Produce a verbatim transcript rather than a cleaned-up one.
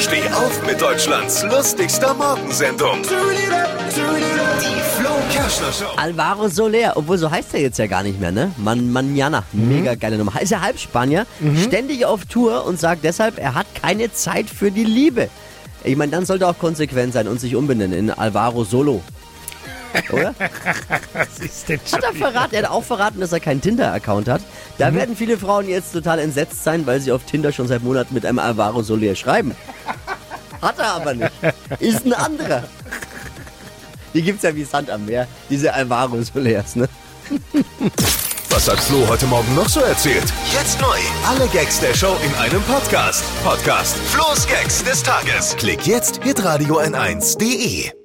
Steh auf mit Deutschlands lustigster Morgensendung. Die Flo Kerschner Show. Alvaro Soler, obwohl so heißt er jetzt ja gar nicht mehr, ne? Man, Manana, mega geile Nummer. Ist ja Halbspanier, mhm. ständig auf Tour und sagt deshalb, er hat keine Zeit für die Liebe. Ich meine, dann sollte er auch konsequent sein und sich umbenennen in Alvaro Solo. Oder? Was ist denn schon Hat er verraten, er hat auch verraten, dass er keinen Tinder-Account hat. Da mhm. werden viele Frauen jetzt total entsetzt sein, weil sie auf Tinder schon seit Monaten mit einem Alvaro Soler schreiben. Hat er aber nicht. Ist ein anderer. Die gibt's ja wie Sand am Meer, diese Alvaro Solers, ne? Was hat Flo heute Morgen noch so erzählt? Jetzt neu. Alle Gags der Show in einem Podcast. Podcast Flo's Gags des Tages. Klick jetzt, hitradio n eins punkt de.